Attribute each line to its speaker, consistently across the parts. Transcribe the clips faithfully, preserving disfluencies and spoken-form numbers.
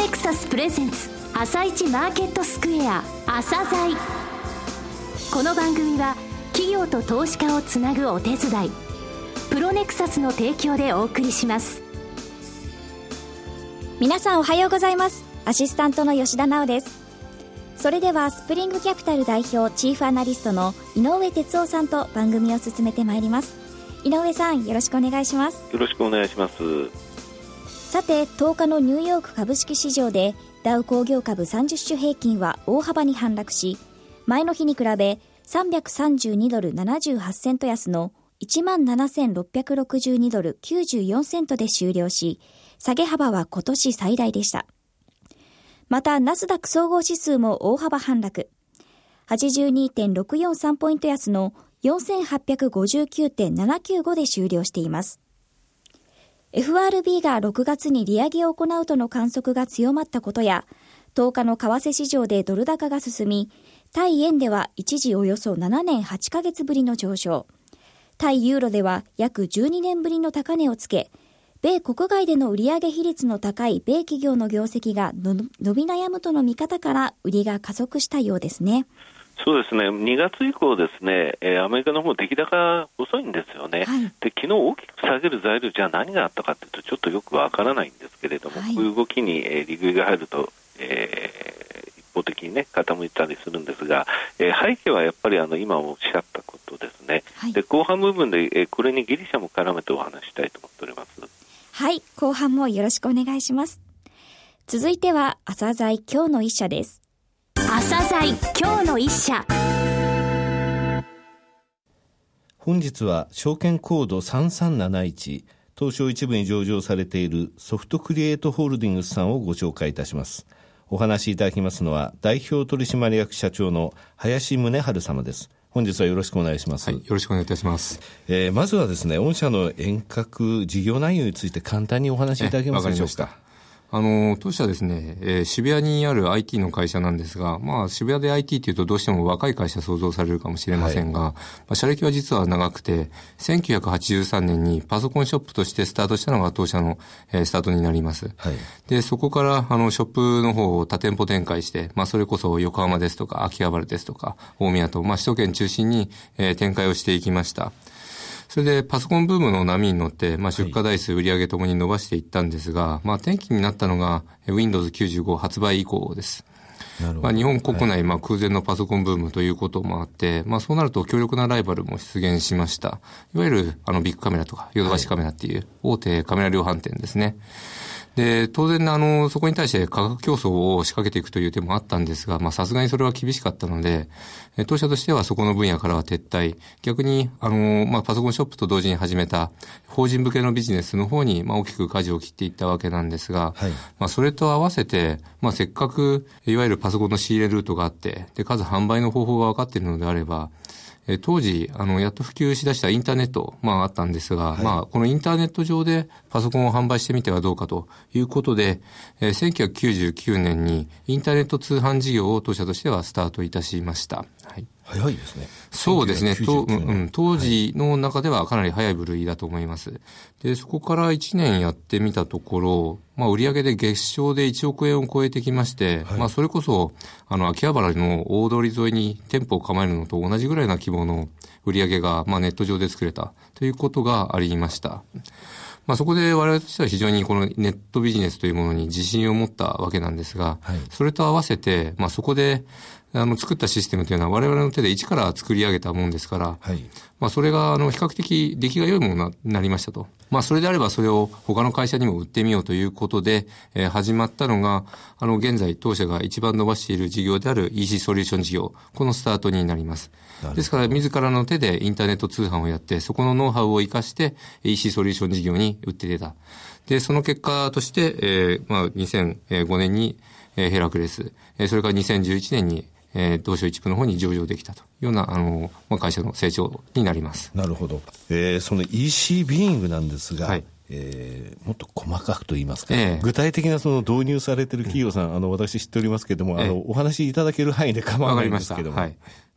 Speaker 1: ネクサスプレゼンツ朝一マーケットスクエア朝鮮。この番組は企業と投資家をつなぐお手伝いプロネクサスの提供でお送りします。
Speaker 2: 皆さんおはようございます。アシスタントの吉田直です。それではスプリングキャピタル代表チーフアナリストの井上哲夫さんと番組を進めてまいります。井上さん、よろしくお願いします。
Speaker 3: よろしくお願いします。
Speaker 2: さて、とおかのニューヨーク株式市場でダウ工業株さんじゅっ種平均は大幅に反落し、前の日に比べさんびゃくさんじゅうにドルななじゅうはちセント安の いちまんななせんろっぴゃくろくじゅうにドルきゅうじゅうよんセントで終了し、下げ幅は今年最大でした。またナスダック総合指数も大幅反落、 はちじゅうにてんろくよんさん ポイント安の よんせんはっぴゃくごじゅうきゅうてんななきゅうご で終了しています。エフアールビー がろくがつに利上げを行うとの観測が強まったことや、とおかの為替市場でドル高が進み、対円では一時およそななねんはちかげつぶりの上昇、対ユーロでは約じゅうにねんぶりの高値をつけ、米国外での売上比率の高い米企業の業績がの伸び悩むとの見方から売りが加速したようですね。
Speaker 3: そうですね、にがつ以降ですね、えー、アメリカの方出来高遅いんですよね、はい、で昨日大きく下げる材料じゃあ何があったかというとちょっとよくわからないんですけれども、はい、こういう動きに、えー、利食いが入ると、えー、一方的にね傾いたりするんですが、えー、背景はやっぱりあの今おっしゃったことですね、はい、で後半部分で、えー、これにギリシャも絡めてお話したいと思っております。
Speaker 2: はい、後半もよろしくお願いします。続いては朝鮮今日の一社です。
Speaker 1: 朝鮮今日の一社。
Speaker 4: 本日は証券コードさんさんなないち、東証一部に上場されているソフトクリエイトホールディングスさんをご紹介いたします。お話しいただきますのは代表取締役社長の林宗春様です。本日はよろしくお願いします。
Speaker 5: はい、よろしくお願いいたします。
Speaker 4: えー、まずはですね、御社の遠隔事業内容について簡単にお話しいただけますでしょうか。
Speaker 5: わかりました。あの、当社はですね、えー、渋谷にある アイティー の会社なんですが、まあ渋谷で アイティー っていうとどうしても若い会社想像されるかもしれませんが、はい、まあ、社歴は実は長くて、せんきゅうひゃくはちじゅうさんねんにパソコンショップとしてスタートしたのが当社の、えー、スタートになります。はい、で、そこからあのショップの方を多店舗展開して、まあそれこそ横浜ですとか秋葉原ですとか大宮と、まあ首都圏中心に、えー、展開をしていきました。それでパソコンブームの波に乗って、まあ、出荷台数、売上ともに伸ばしていったんですが、はい、まあ、転機になったのが ウィンドウズきゅうじゅうご 発売以降です。まあ、日本国内、まあ、空前のパソコンブームということもあって、まあ、そうなると強力なライバルも出現しました。いわゆる、あの、ビッグカメラとか、ヨドバシカメラっていう大手カメラ量販店ですね。で、当然、あの、そこに対して価格競争を仕掛けていくという手もあったんですが、まあ、さすがにそれは厳しかったので、当社としてはそこの分野からは撤退。逆に、あの、まあ、パソコンショップと同時に始めた法人向けのビジネスの方に、まあ、大きく舵を切っていったわけなんですが、はい、まあ、それと合わせて、まあ、せっかく、いわゆるパソコンの仕入れルートがあって、で、かつ販売の方法が分かっているのであれば、え当時、あの、やっと普及しだしたインターネット、まああったんですが、はい、まあこのインターネット上でパソコンを販売してみてはどうかということで、えー、せんきゅうひゃくきゅうじゅうきゅうねんにインターネット通販事業を当社としてはスタートいたしました。はい。
Speaker 4: 早いですね。
Speaker 5: そうですね。と、うん、当時の中ではかなり早い部類だと思います。で、そこからいちねんやってみたところ、まあ売上で月商でいちおくえんを超えてきまして、はい、まあそれこそ、あの、秋葉原の大通り沿いに店舗を構えるのと同じぐらいな規模の売上が、まあネット上で作れたということがありました。まあそこで我々としては非常にこのネットビジネスというものに自信を持ったわけなんですが、はい、それと合わせて、まあそこで、あの、作ったシステムというのは我々の手で一から作り上げたもんですから、はい、まあそれが、あの、比較的出来が良いものになりましたと。まあそれであればそれを他の会社にも売ってみようということで、えー、始まったのが、あの、現在当社が一番伸ばしている事業である イーシー ソリューション事業、このスタートになります。ですから自らの手でインターネット通販をやって、そこのノウハウを活かして イーシー ソリューション事業に売って出た。で、その結果として、えー、まあにせんごねんに、えー、ヘラクレス、えー、それからにせんじゅういちねんにえー、東証一部の方に上場できたというような、あの、まあ、会社の成長になります。
Speaker 4: なるほど。えー、その イーシー ビーイングなんですが、はい、えー、もっと細かくと言いますか、えー、具体的なその導入されている企業さん、あの、私知っておりますけれども、えー、あの、お話しいただける範囲で構わないんですけども。わかりました。はい。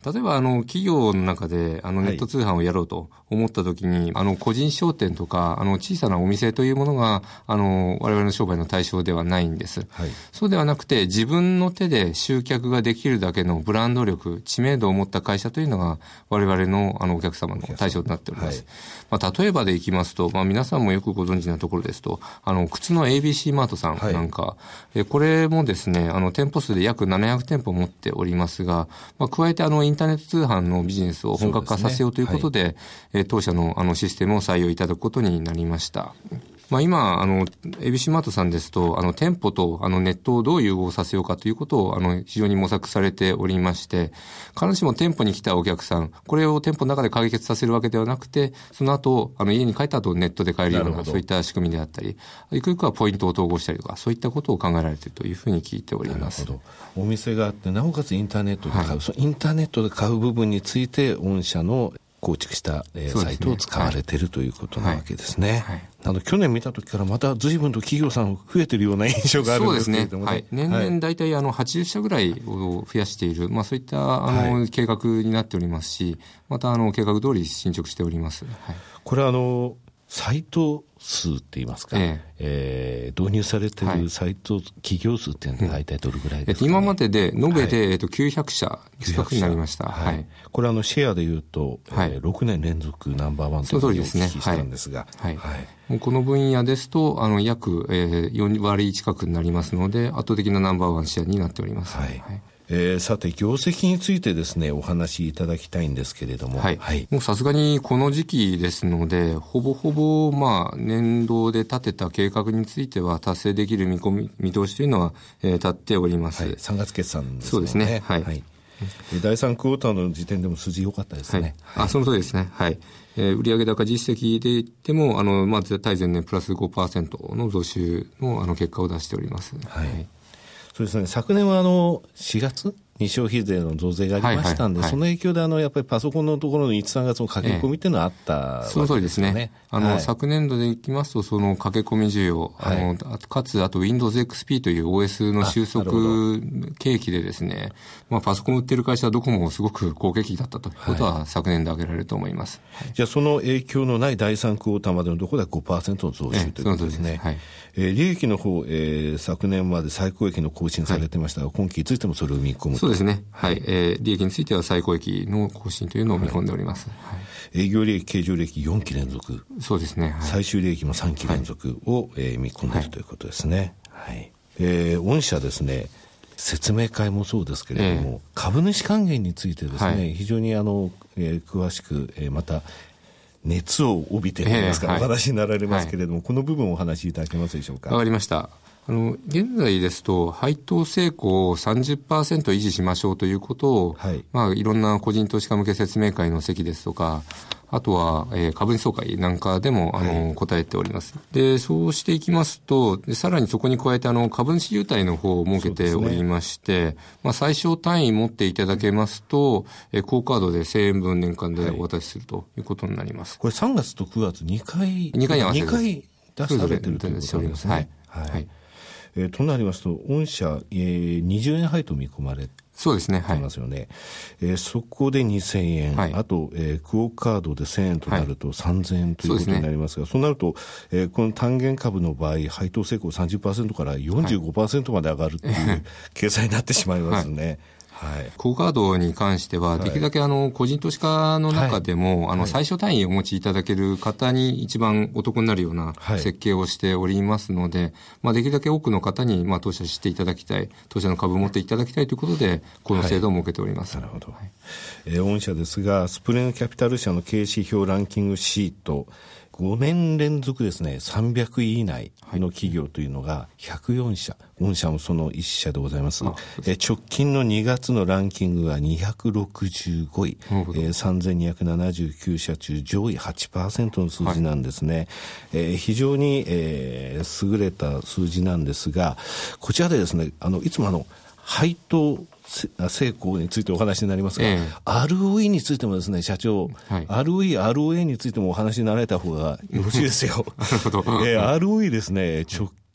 Speaker 5: 例えば、あの、企業の中で、あの、ネット通販をやろうと思ったときに、はい、あの、個人商店とか、あの、小さなお店というものが、あの、我々の商売の対象ではないんです。はい、そうではなくて、自分の手で集客ができるだけのブランド力、知名度を持った会社というのが、我々の、あの、お客様の対象となっております。はい、まあ、例えばでいきますと、まあ、皆さんもよくご存知なところですと、あの、靴の エービーシー マートさんなんか、はい、えこれもですね、あの、店舗数で約ななひゃくてんぽ持っておりますが、まあ、加えて、あの、インターネット通販のビジネスを本格化させようということで、で、ね、はい、当社のあのシステムを採用いただくことになりました。まあ、今、あの、エービーシー マートさんですと、あの、店舗とあのネットをどう融合させようかということを、あの、非常に模索されておりまして、必ずしも店舗に来たお客さん、これを店舗の中で解決させるわけではなくて、その後、あの、家に帰った後ネットで買えるような、そういった仕組みであったり、ゆくゆくはポイントを統合したりとか、そういったことを考えられているというふうに聞いております。
Speaker 4: なるほど。お店があって、なおかつインターネットで買う、はい、そのインターネットで買う部分について、御社の構築した、えーね、サイトを使われている、はい、ということなわけですね。はいはい、あの去年見た時からまた随分と企業さん増えているような印象があるんですけれども、ね、
Speaker 5: そうですね。はい、年々大体あのはちじゅっしゃぐらいを増やしている、まあそういったあの、はい、計画になっておりますし、またあの計画通り進捗しております。はい、
Speaker 4: これはあのサイト数って言いますか、えええー、導入されているサイト、はい、企業数っていうのは大体どれぐらいですか、ね、
Speaker 5: 今までで延べで、はい、えっときゅうひゃくしゃ近くになりました。
Speaker 4: はい、これはあのシェアでいうと、はい、えー、ろくねん連続ナンバーワンというふうにお聞きしたんですが、
Speaker 5: はいはいはい、もうこの分野ですとあの約、えー、よんわり近くになりますので、圧倒的なナンバーワンシェアになっております。はいはい、
Speaker 4: えー、さて業績についてですねお話しいただきたいんですけれども、
Speaker 5: はい、はい、もうさすがにこの時期ですのでほぼほぼまあ年度で立てた計画については達成できる見込み見通しというのは、えー、立っております。
Speaker 4: はい、さんがつ決算ですね。
Speaker 5: そうですね。はい。はい、
Speaker 4: だいさんクォーターの時点でも数字良かったですね。はい
Speaker 5: はい、あ、その通りですね。はい。えー、売上高実績で言ってもあのまず対前年プラス ごパーセント の増収のあの結果を出しております。はい。はい、
Speaker 4: そうですね。昨年はあのしがつに消費税の増税がありましたんで、はいはいはい、その影響であのやっぱりパソコンのところのいち、さんがつの駆け込みっていうのはあったわけですよね。
Speaker 5: その通りですね。あの、はい、昨年度でいきますとその駆け込み需要、はい、あのかつあと Windows エックスピー という オーエス の収束契機でですね、まあパソコン売ってる会社はどこもすごく好景気だったということは昨年で挙げられると思います。
Speaker 4: はい、じゃあその影響のないだいさんクォーターまでのところでは ごパーセント の増収ということですね。はい、えー、利益の方、えー、昨年まで最高益の更新されてましたが、はい、今期についてもそれを見込むと。
Speaker 5: そうですね。はい。えー、利益については最高益の更新というのを見込んでおります。はい、
Speaker 4: 営業利益、経常利益よんき連続。
Speaker 5: そうですね。はい、
Speaker 4: 最終利益もさんき連続を、はい、えー、見込んでいるということですね。はい。えー、御社ですね、説明会もそうですけれども、えー、株主還元についてですね、はい、非常にあの、えー、詳しく、えー、また、熱を帯びてといいますか、えーはい、お話になられますけれども、はい、この部分をお話しいただけますでしょうか。
Speaker 5: わかりました。あの、現在ですと、配当成功を さんじゅっパーセント 維持しましょうということを、はい、まあ、いろんな個人投資家向け説明会の席ですとか、あとは、えー、株主総会なんかでも、あの、はい、答えております。で、そうしていきますと、でさらにそこに加えて、あの、株主優待の方を設けておりまして、ね、まあ、最小単位持っていただけますと、えー、クオカードでせんえんぶん年間でお渡しするということになります。はい、
Speaker 4: これさんがつとくがつにかい、
Speaker 5: にかいに合わせて
Speaker 4: にかい出されてるということですね。はい。はい。はい、えー、となりますと、御社、えー、にじゅうえん配当見込まれて、
Speaker 5: そうですね。はい。
Speaker 4: ますよね。えー、そこでにせんえん、はい、あと、えー、クオカードでせんえんとなるとさんぜんえんということになりますが、はい、そうですね。そうなると、えー、この単元株の場合、配当成功 さんじゅっパーセント から よんじゅうごパーセント まで上がるっていう計算になってしまいますね。はいはい、クオカードに関しては、できるだけあの個人投資家の中でも、はい、あの最小単位をお持ちいただける方に一番お得になるような設計をしておりますので、はい、まあ、できるだけ多くの方にまあ当社していただきたい、当社の株を持っていただきたいということで、この制度を設けております。はい、なるほど。はい、 えー、御社ですが、スプリングキャピタル社の経営指標ランキングシート、ごねん連続ですね、さんびゃくい以内の企業というのがひゃくよんしゃ、御社もそのいっしゃでございます。え直近のにがつのランキングはにひゃくろくじゅうごい、えー、さんぜんにひゃくななじゅうきゅうしゃ中上位 はちパーセント の数字なんですね。はい、えー、非常に、えー、優れた数字なんですが、こちらでですね、あのいつもあの配当成功についてお話になりますが、ええ、アールオーイー についてもですね、社長、はい、アールオーイー、アールオーエー についてもお話になられた方がよろしいですよ。なるほど。えー、アールオーイー ですね、直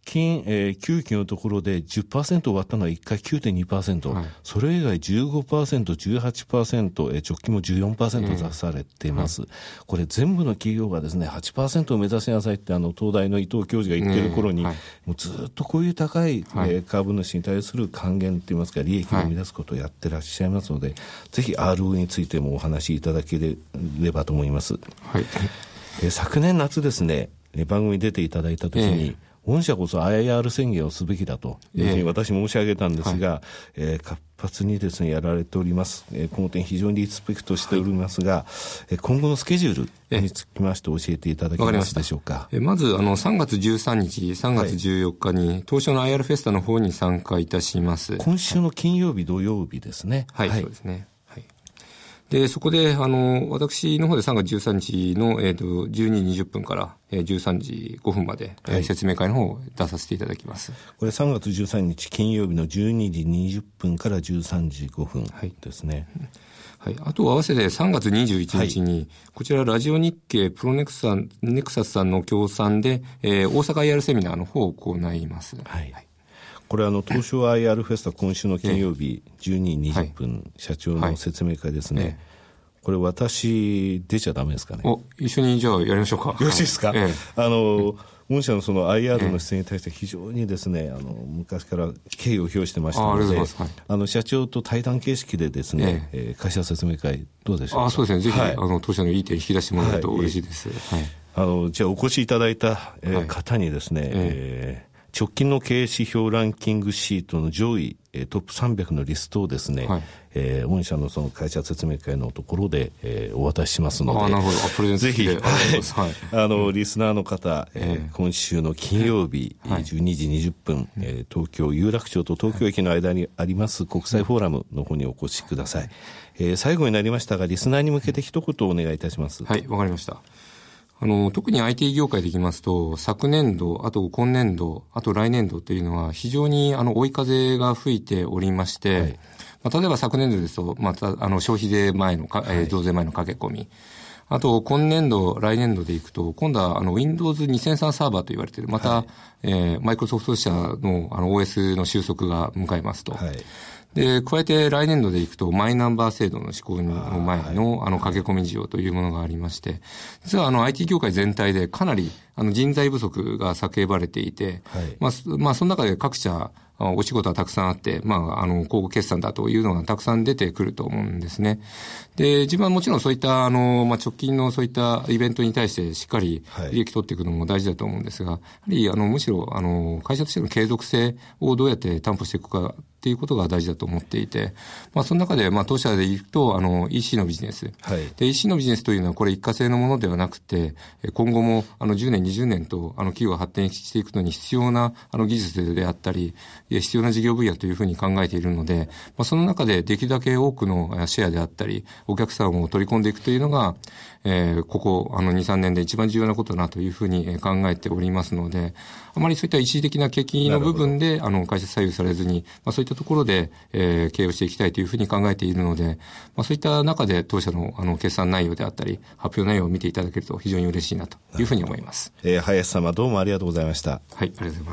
Speaker 4: 近、えー、きゅうきのところで じゅっパーセント 終わったのはいっかい きゅうてんにパーセント、はい、それ以外 じゅうごパーセント、じゅうはちパーセント、えー、直近も じゅうよんパーセント 出されています、えーはい、これ全部の企業がですね はちパーセント を目指しなさいってあの東大の伊藤教授が言ってる頃に、えーはい、もうずっとこういう高い、はい、えー、株主に対する還元といいますか利益を生み出すことをやってらっしゃいますので、はい、ぜひ アールオー についてもお話しいただければと思います、はい、えー、昨年夏ですね番組に出ていただいたときに、えー御社こそ アイアール 宣言をすべきだというふうに私申し上げたんですが、えーはい、えー、活発にですねやられております、えー、この点非常にリスペクトしておりますが、はい、えー、今後のスケジュールにつきまして教えていただけますでしょうか。
Speaker 5: えー、まずあのさんがつじゅうさんにちさんがつじゅうよっかに、はい、東証の アイアール フェスタの方に参加いたします。
Speaker 4: 今週の金曜日土曜日ですね。
Speaker 5: はい、はい、そうですね。で、そこで、あの、私の方でさんがつじゅうさんにちの、えっと、じゅうにじにじゅっぷんから、えー、じゅうさんじごふんまで、はい、説明会の方を出させていただきます。
Speaker 4: これさんがつじゅうさんにち金曜日のじゅうにじにじゅっぷんからじゅうさんじごふんですね。
Speaker 5: はい。はい、あと合わせてさんがつにじゅういちにちに、はい、こちらラジオ日経プロネクサン、ネクサスさんの協賛で、えー、大阪 アイアール セミナーの方を行います。はい。はい、
Speaker 4: これあの東証 アイアール フェスタ今週の金曜日じゅうにじにじゅっぷん、はい、社長の説明会ですね。はい、これ私出ちゃダメですかね。
Speaker 5: お、一緒にじゃあやりましょうか。
Speaker 4: よろしいですか。ええ、あの、御社のその アイアール の出演に対して非常にですね、あの、昔から敬意を表してましたので、あ、あ、はい、あの、社長と対談形式でですね、えええー、会社説明会どうでしょうか。
Speaker 5: あ、そうですね。ぜひ、はい、あの、当社のいい点引き出してもらえると嬉しいです。はい。
Speaker 4: あの、じゃあお越しいただいた、えーはい、方にですね、えー直近の経営指標ランキングシートの上位トップさんびゃくのリストをですね、はい、えー、御社のその会社説明会のところで、えー、お渡ししますので、
Speaker 5: あ、なるほど、プレゼント
Speaker 4: ぜひ、はい、あの、うん、リスナーの方、えー、今週の金曜日、はい、じゅうにじにじゅっぷん、えー、東京有楽町と東京駅の間にあります国際フォーラムの方にお越しください。えー、最後になりましたがリスナーに向けて一言お願いいたします。
Speaker 5: はい、わかりました。あの、特に アイティー 業界でいきますと、昨年度、あと今年度、あと来年度というのは非常にあの追い風が吹いておりまして、はい、まあ、例えば昨年度ですと、またあの消費税前のか、はい、えー、増税前の駆け込み、あと今年度、来年度でいくと、今度はあの ウィンドウズにせんさん サーバーと言われている、また、はい、えー、マイクロソフト社のあの オーエス の収束が迎えますと。はい、で、加えて来年度でいくと、マイナンバー制度の施行の前の、あの、駆け込み需要というものがありまして、実はあの、アイティー 業界全体でかなり、あの、人材不足が叫ばれていて、はい、まあ、まあ、その中で各社、お仕事はたくさんあって、まあ、あの、交互決算だというのがたくさん出てくると思うんですね。で、自分はもちろんそういった、あの、まあ、直近のそういったイベントに対してしっかり利益取っていくのも大事だと思うんですが、はい、やはり、あの、むしろ、あの、会社としての継続性をどうやって担保していくかっていうことが大事だと思っていて、まあ、その中で、まあ、当社で言うと、あの、イーシー のビジネス。はい、で、イーシー のビジネスというのは、これ一過性のものではなくて、今後も、あの、じゅうねん、にじゅうねんと、あの、企業が発展していくのに必要な、あの、技術であったり、必要な事業分野というふうに考えているので、まあ、その中でできるだけ多くのシェアであったり、お客さんを取り込んでいくというのが、えー、ここ、あの、に、さんねんで一番重要なことだなというふうに考えておりますので、あまりそういった一時的な景気の部分で、あの、会社左右されずに、まあ、そういったところで、えー、経営をしていきたいというふうに考えているので、まあ、そういった中で当社の、あの、決算内容であったり、発表内容を見ていただけると非常に嬉しいなというふうに思います。
Speaker 4: えー、林様どうもありがとうございました。
Speaker 5: はい、ありがとうございます。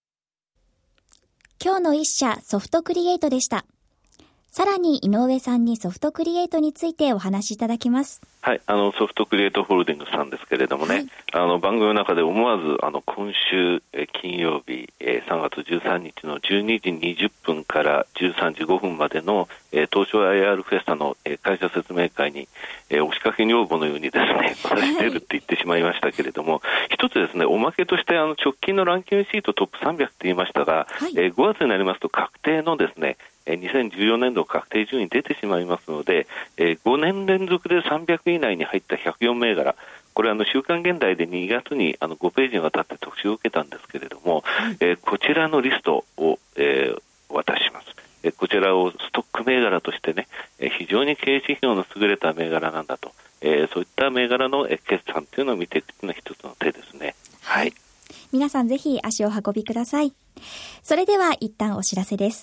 Speaker 2: 今日の一社ソフトクリエイトでした。さらに井上さんにソフトクリエイトについてお話しいただきます。
Speaker 3: はい、あのソフトクリエイトホールディングスさんですけれどもね、はい、あの番組の中で思わずあの今週え金曜日えさんがつじゅうさんにちのじゅうにじにじゅっぷんからじゅうさんじごふんまでのえ東証 アイアール フェスタのえ会社説明会にえ押しかけ女房のようにですね私出るって言ってしまいましたけれども、はい、一つですねおまけとしてあの直近のランキングシートトップさんびゃくと言いましたが、はい、えごがつになりますと確定のですねにせんじゅうよねんど確定順位出てしまいますので、えー、ごねん連続でさんびゃくい以内に入ったひゃくよんめいがら、これあの週刊現代でにがつにあのごページにわたって特集を受けたんですけれども、えー、こちらのリストを、えー、お渡しします。えー、こちらをストック銘柄としてね、えー、非常に経営指標の優れた銘柄なんだと、えー、そういった銘柄の決算というのを見ていくというのは一つの手ですね。はい。
Speaker 2: 皆さんぜひ足を運びください。それでは一旦お知らせです。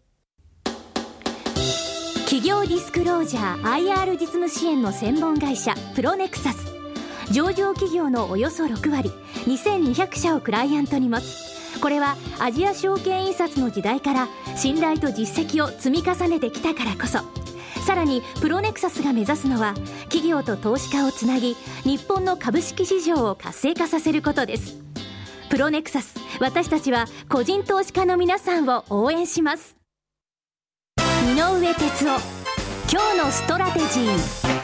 Speaker 1: 企業ディスクロージャー アイアール 実務支援の専門会社プロネクサス、上場企業のおよそろくわりにせんにひゃくしゃをクライアントに持つこれはアジア証券印刷の時代から信頼と実績を積み重ねてきたからこそ、さらにプロネクサスが目指すのは企業と投資家をつなぎ、日本の株式市場を活性化させることです。プロネクサス、私たちは個人投資家の皆さんを応援します。井上哲夫、今日のストラテジー。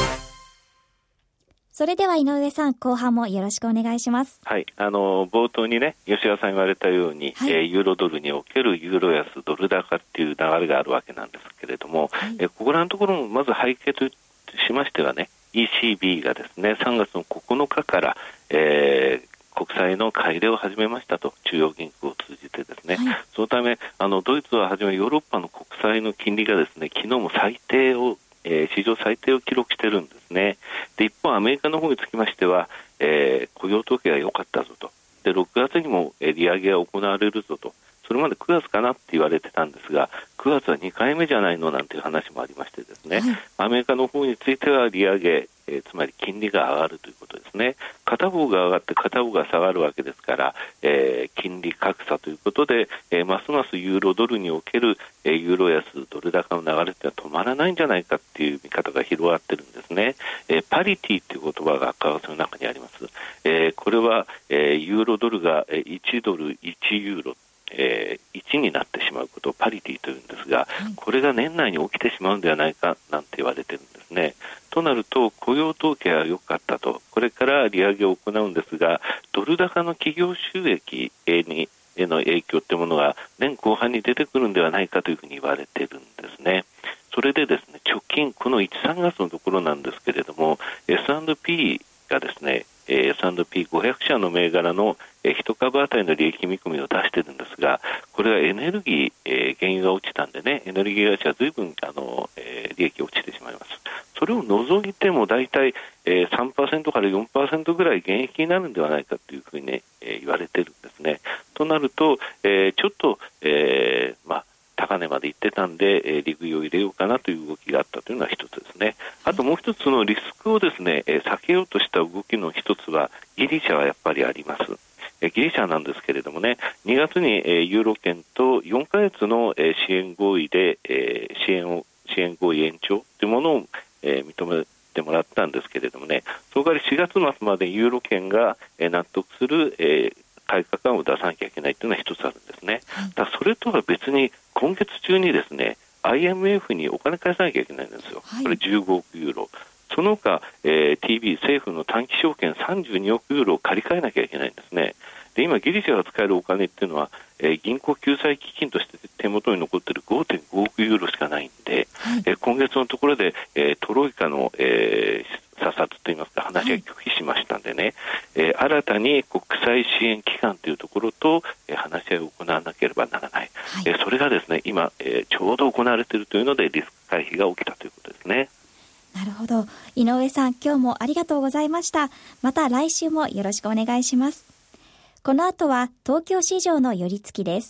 Speaker 2: それでは井上さん、後半もよろしくお願いします。
Speaker 3: はい、あの冒頭にね、吉田さん言われたように、はい、えー、ユーロドルにおけるユーロ安ドル高っていう流れがあるわけなんですけれども、はい、えー、ここらのところもまず背景としましてはね、 イーシービー がですねさんがつのここのかから、えー、国債の買い入れを始めましたと、中央銀行を通じてですね、はい、そのためあのドイツをはじめヨーロッパの国債の金利がですね昨日も最低をえー、史上最低を記録しているんですね。で、一方アメリカの方につきましては、えー、雇用統計が良かったぞと、でろくがつにも、えー、利上げが行われるぞと、それまでくがつかなって言われてたんですが、くがつはにかいめじゃないのなんていう話もありましてですね、はい、アメリカの方については利上げ、えー、つまり金利が上がるということですね。片方が上がって片方が下がるわけですから、えー、金利格差ということで、えー、ますますユーロドルにおける、えー、ユーロ安ドル高の流れってのは止まらないんじゃないかっていう見方が広がってるんですね。えー、パリティという言葉が為替の中にあります。えー、これは、えー、ユーロドルがいちドルいちユーロ、えー、いちになってしまうことをパリティというんですが、これが年内に起きてしまうんではないかなんて言われてるんですね。となると雇用統計は良かったと、これから利上げを行うんですが、ドル高の企業収益にへの影響というものが年後半に出てくるんではないかというふうに言われているんですね。それでですね、直近このいち、さんがつのところなんですけれども、 エスアンドピー がですね、エスアンドピーごひゃく 社の銘柄のいち株当たりの利益見込みを出しているんですが、これはエネルギー、えー、原油が落ちたんでね、エネルギー会社は随分あの、えー、利益が落ちてしまいます。それを除いてもだいたい、えー、さんパーセント から よんパーセント ぐらい減益になるんではないかというふうに、ね、えー、言われているんですね。となると、えー、ちょっと、えーまあ高値まで行ってたんで、えー、利食いを入れようかなという動きがあったというのは一つですね。あともう一つのリスクをですね、えー、避けようとした動きの一つはギリシャはやっぱりあります。えー、ギリシャなんですけれどもね、にがつに、えー、ユーロ圏とよんかげつの、えー、支援合意で、えー、支援を支援合意延長というものを、えー、認めてもらったんですけれどもね、その代わりしがつ末までユーロ圏が、えー、納得する、えー改革案を出さなきゃいけないというのは一つあるんですね。だからそれとは別に今月中にですね アイエムエフ にお金返さなきゃいけないんですよ。これじゅうごおくユーロ、その他、えー、ティービー 政府の短期証券さんじゅうにおくユーロを借り換えなきゃいけないんですね。で今ギリシャが使えるお金っていうのは、えー、銀行救済基金として手元に残っている ごてんごおくユーロしかないんで、はい、えー、今月のところで、えー、トロイカの、えー、査察といいますか話が拒否しましたんでね、はい、えー、新たに国際支援機関というところと、えー、話し合いを行わなければならない、はい、えー、それがですね今、えー、ちょうど行われているというのでリスク回避が起きたということですね。
Speaker 2: なるほど。井上さん、今日もありがとうございました。また来週もよろしくお願いします。この後は東京市場の寄り付きです。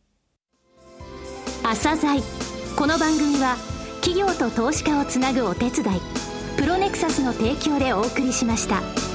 Speaker 1: 朝鮮。この番組は企業と投資家をつなぐお手伝いプロネクサスの提供でお送りしました。